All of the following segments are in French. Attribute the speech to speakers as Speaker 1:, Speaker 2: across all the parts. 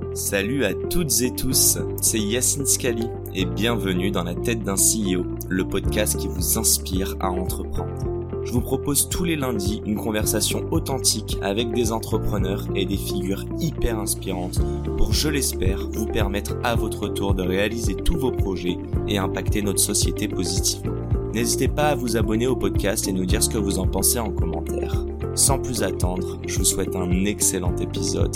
Speaker 1: Salut à toutes et tous, c'est Yacine Scali et bienvenue dans La tête d'un CEO, le podcast qui vous inspire à entreprendre. Je vous propose tous les lundis une conversation authentique avec des entrepreneurs et des figures hyper inspirantes pour, je l'espère, vous permettre à votre tour de réaliser tous vos projets et impacter notre société positivement. N'hésitez pas à vous abonner au podcast et nous dire ce que vous en pensez en commentaire. Sans plus attendre, je vous souhaite un excellent épisode.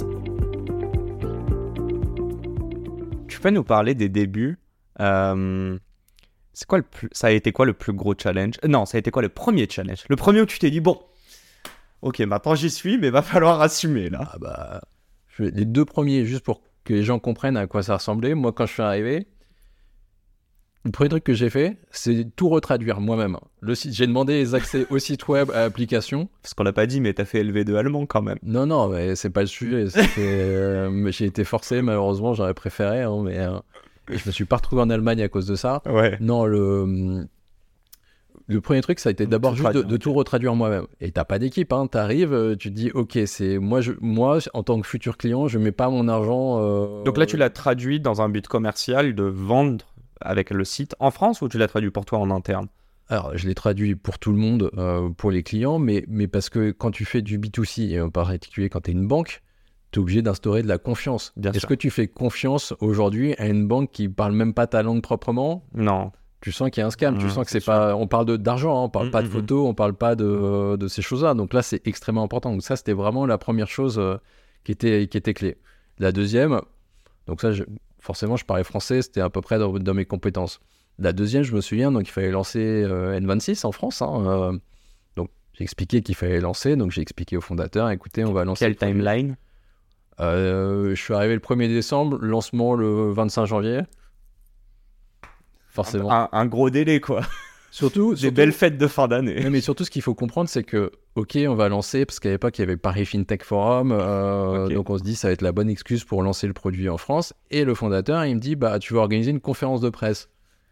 Speaker 1: Tu peux nous parler des débuts c'est quoi ça a été quoi le plus gros challenge? Non, ça a été quoi le premier challenge? Le premier où tu t'es dit, bon, ok, maintenant j'y suis, mais va falloir assumer, là.
Speaker 2: Les deux premiers, juste pour que les gens comprennent à quoi ça ressemblait. Moi, quand je suis arrivé, le premier truc que j'ai fait, c'est tout retraduire moi-même. J'ai demandé les accès au site web, à l'application.
Speaker 1: Parce qu'on l'a pas dit, mais t'as fait LV2 allemand quand même.
Speaker 2: Non, mais c'est pas le sujet. J'ai été forcé, malheureusement, j'aurais préféré, mais je me suis pas retrouvé en Allemagne à cause de ça.
Speaker 1: Ouais.
Speaker 2: Non, le premier truc, ça a été d'abord juste de tout retraduire moi-même. Et t'as pas d'équipe, t'arrives, tu te dis, ok, c'est moi, en tant que futur client, je mets pas mon argent.
Speaker 1: Donc là, tu l'as traduit dans un but commercial de vendre avec le site en France, ou tu l'as traduit pour toi en interne?
Speaker 2: Alors, je l'ai traduit pour tout le monde, pour les clients, mais parce que quand tu fais du B2C, et en particulier quand tu es une banque, tu es obligé d'instaurer de la confiance. Est-ce que tu fais confiance aujourd'hui à une banque qui parle même pas ta langue proprement?
Speaker 1: Non.
Speaker 2: Tu sens qu'il y a un scam, tu sens que c'est pas... On parle d'argent, on parle pas de photos, on parle pas de ces choses-là. Donc là, c'est extrêmement important. Donc ça, c'était vraiment la première chose qui était clé. La deuxième, donc ça, forcément, je parlais français, c'était à peu près dans mes compétences. La deuxième, je me souviens, donc il fallait lancer N26 en France. Donc j'ai expliqué qu'il fallait lancer, donc j'ai expliqué au fondateur, écoutez, on va lancer.
Speaker 1: Quelle timeline?
Speaker 2: Je suis arrivé le 1er décembre, lancement le 25 janvier. Forcément.
Speaker 1: Un gros délai, quoi.
Speaker 2: Surtout
Speaker 1: des belles fêtes de fin d'année.
Speaker 2: Mais surtout, ce qu'il faut comprendre, c'est que, ok, on va lancer, parce qu'à l'époque, il y avait Paris FinTech Forum, donc on se dit, ça va être la bonne excuse pour lancer le produit en France. Et le fondateur, il me dit, tu vas organiser une conférence de presse.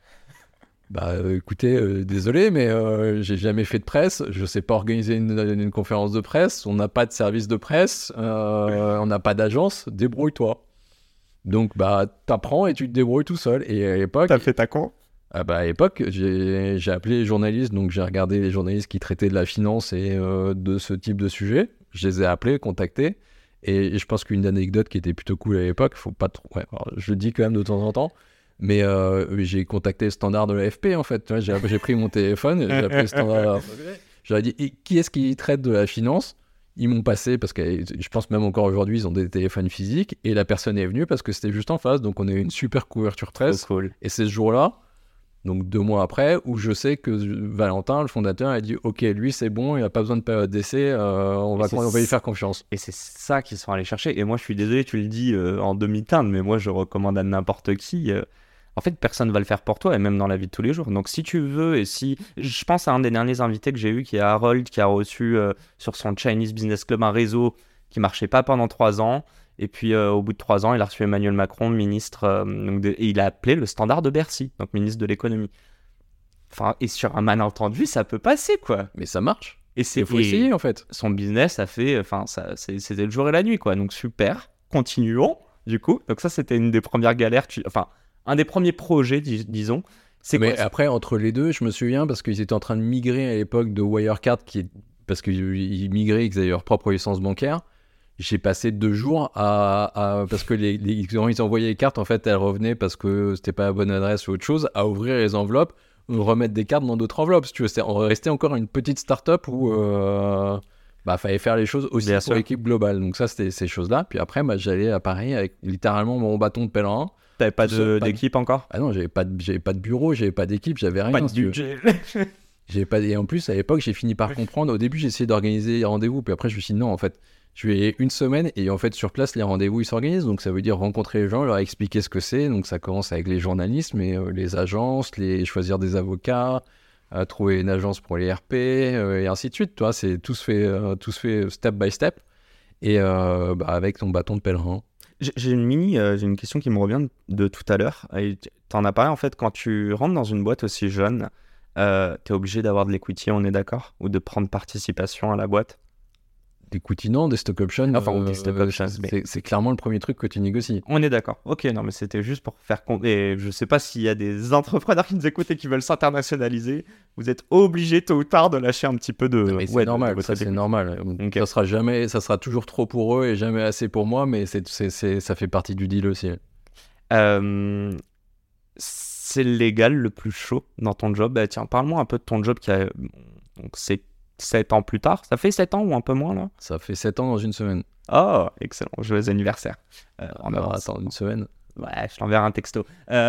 Speaker 2: Écoutez, désolé, mais j'ai jamais fait de presse, je sais pas organiser une conférence de presse, on n'a pas de service de presse, on n'a pas d'agence, débrouille-toi. Donc, t'apprends et tu te débrouilles tout seul. Et à l'époque...
Speaker 1: T'as fait ta con?
Speaker 2: À l'époque, j'ai appelé les journalistes, donc j'ai regardé les journalistes qui traitaient de la finance et de ce type de sujet. Je les ai appelés, contactés, et je pense qu'une anecdote qui était plutôt cool à l'époque, faut pas trop... Ouais, je le dis quand même de temps en temps, mais j'ai contacté le standard de l'AFP, en fait. J'ai pris mon téléphone, j'ai appelé le standard. J'aurais dit, qui est-ce qui traite de la finance? Ils m'ont passé, parce que je pense même encore aujourd'hui, ils ont des téléphones physiques, et la personne est venue parce que c'était juste en face, donc on a eu une super couverture presse.
Speaker 1: Cool.
Speaker 2: Et c'est ce jour-là, donc 2 mois après, où je sais que Valentin, le fondateur, a dit, ok, lui c'est bon, il n'a pas besoin de période d'essai, on va lui faire confiance.
Speaker 1: Et c'est ça qu'ils sont allés chercher. Et moi, je suis désolé, tu le dis en demi-teinte, mais moi, je recommande à n'importe qui... En fait, personne ne va le faire pour toi, et même dans la vie de tous les jours. Donc, si tu veux, et si... Je pense à un des derniers invités que j'ai eu, qui est Harold, qui a reçu sur son Chinese Business Club un réseau qui marchait pas pendant 3 ans. Et puis, au bout de 3 ans, il a reçu Emmanuel Macron, ministre... et il a appelé le standard de Bercy, donc ministre de l'économie. Enfin, et sur un malentendu, ça peut passer, quoi.
Speaker 2: Mais ça marche.
Speaker 1: Et
Speaker 2: il faut essayer, en fait.
Speaker 1: Son business a fait... Enfin, c'était le jour et la nuit, quoi. Donc, super. Continuons, du coup. Donc, ça, c'était une des premières galères. Un des premiers projets, disons.
Speaker 2: Mais après, entre les deux, je me souviens, parce qu'ils étaient en train de migrer à l'époque de Wirecard, parce qu'ils migraient, ils avaient leur propre licence bancaire. J'ai passé 2 jours parce que ils envoyaient les cartes, en fait, elles revenaient parce que c'était pas la bonne adresse ou autre chose, à ouvrir les enveloppes, remettre des cartes dans d'autres enveloppes. Si tu veux, on restait encore une petite start-up où fallait faire les choses aussi pour l'équipe globale. Donc ça, c'était ces choses-là. Puis après, j'allais à Paris avec littéralement mon bâton de pèlerin.
Speaker 1: T'avais pas d'équipe encore?
Speaker 2: Ah non, j'avais pas de bureau, j'avais pas d'équipe, j'avais rien.
Speaker 1: Pas de budget.
Speaker 2: Et en plus, à l'époque, j'ai fini par comprendre. Au début, j'ai essayé d'organiser les rendez-vous, puis après, je me suis dit non, en fait, je vais 1 semaine, et en fait, sur place, les rendez-vous, ils s'organisent. Donc, ça veut dire rencontrer les gens, leur expliquer ce que c'est. Donc, ça commence avec les journalistes, mais les agences, choisir des avocats, trouver une agence pour les RP, et ainsi de suite. Toi, tout se fait step by step, et avec ton bâton de pèlerin.
Speaker 1: J'ai une question qui me revient de tout à l'heure. T'en as parlé, en fait, quand tu rentres dans une boîte aussi jeune, t'es obligé d'avoir de l'equity, on est d'accord? Ou de prendre participation à la boîte?
Speaker 2: Écoute, non, des stock options.
Speaker 1: Enfin, des stock options, mais...
Speaker 2: c'est clairement le premier truc que tu négocies.
Speaker 1: On est d'accord. Ok, non, mais c'était juste pour faire compte. Et je sais pas s'il y a des entrepreneurs qui nous écoutent et qui veulent s'internationaliser. Vous êtes obligés tôt ou tard de lâcher un petit peu de.
Speaker 2: Mais c'est normal, ça c'est normal. Okay. Ça sera toujours trop pour eux et jamais assez pour moi, mais ça fait partie du deal aussi.
Speaker 1: C'est légal le plus chaud dans ton job. Tiens, parle-moi un peu de ton job qui a. Donc, c'est 7 ans plus tard. Ça fait 7 ans ou un peu moins là ?
Speaker 2: Ça fait 7 ans dans une semaine.
Speaker 1: Oh, excellent. Joyeux anniversaire.
Speaker 2: Alors, attends, une semaine.
Speaker 1: Ouais, je t'enverrai un texto.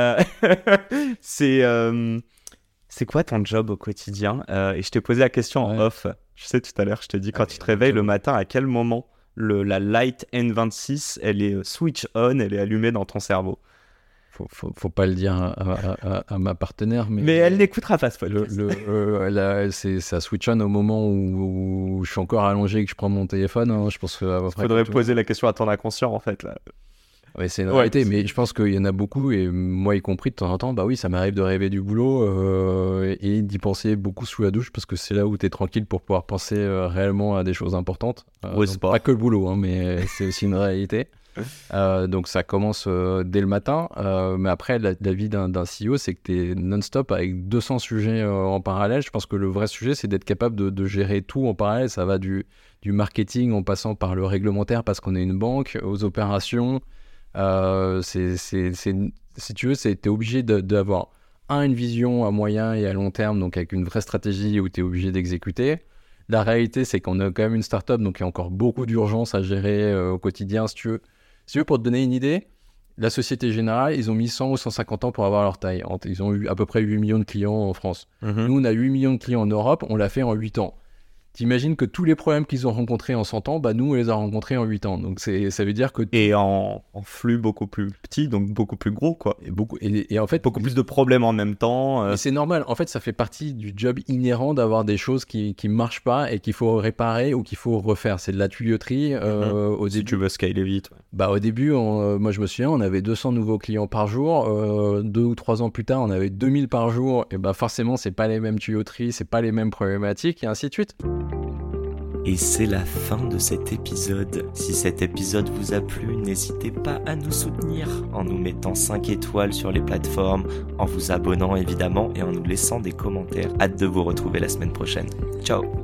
Speaker 1: C'est quoi ton job au quotidien ? Et je t'ai posé la question en off. Je sais, tout à l'heure, je t'ai dit quand tu te réveilles le matin, à quel moment la Light N26, elle est switch on, elle est allumée dans ton cerveau ?
Speaker 2: Faut pas le dire à ma partenaire, mais
Speaker 1: elle n'écoutera pas ce podcast.
Speaker 2: Ça switch on au moment où je suis encore allongé et que je prends mon téléphone. Hein, je pense que
Speaker 1: faudrait poser la question à ton inconscient en fait là.
Speaker 2: Ouais, c'est une réalité, mais je pense qu'il y en a beaucoup, et moi y compris, de temps en temps, bah oui, ça m'arrive de rêver du boulot et d'y penser beaucoup sous la douche, parce que c'est là où tu es tranquille pour pouvoir penser réellement à des choses importantes. Pas que le boulot, hein, mais c'est aussi une réalité. Donc ça commence dès le matin, mais après la vie d'un CEO, c'est que tu es non-stop avec 200 sujets en parallèle. Je pense que le vrai sujet, c'est d'être capable de gérer tout en parallèle. Ça va du marketing en passant par le réglementaire parce qu'on est une banque, aux opérations. Si tu veux, t'es obligé d'avoir une vision à moyen et à long terme, donc avec une vraie stratégie où tu es obligé d'exécuter. La réalité, c'est qu'on a quand même une start-up, donc il y a encore beaucoup d'urgence à gérer au quotidien. Si tu veux, pour te donner une idée, la Société Générale, ils ont mis 100 ou 150 ans pour avoir leur taille. Ils ont eu à peu près 8 millions de clients en France. Nous, on a 8 millions de clients en Europe, on l'a fait en 8 ans. T'imagines que tous les problèmes qu'ils ont rencontrés en 100 ans, bah nous, on les a rencontrés en 8 ans. Donc, ça veut dire que...
Speaker 1: Et en flux beaucoup plus petit, donc beaucoup plus gros, quoi.
Speaker 2: Et en fait...
Speaker 1: Beaucoup plus de problèmes en même temps.
Speaker 2: Et c'est normal. En fait, ça fait partie du job inhérent d'avoir des choses qui marchent pas et qu'il faut réparer ou qu'il faut refaire. C'est de la tuyauterie. Au début,
Speaker 1: tu veux scaler vite. Ouais.
Speaker 2: Bah, au début, moi, je me souviens, on avait 200 nouveaux clients par jour. 2 ou 3 ans plus tard, on avait 2000 par jour. Et bah, forcément, c'est pas les mêmes tuyauteries, c'est pas les mêmes problématiques, et ainsi de suite.
Speaker 1: Et c'est la fin de cet épisode. Si cet épisode vous a plu, n'hésitez pas à nous soutenir en nous mettant 5 étoiles sur les plateformes, en vous abonnant évidemment et en nous laissant des commentaires. Hâte de vous retrouver la semaine prochaine. Ciao!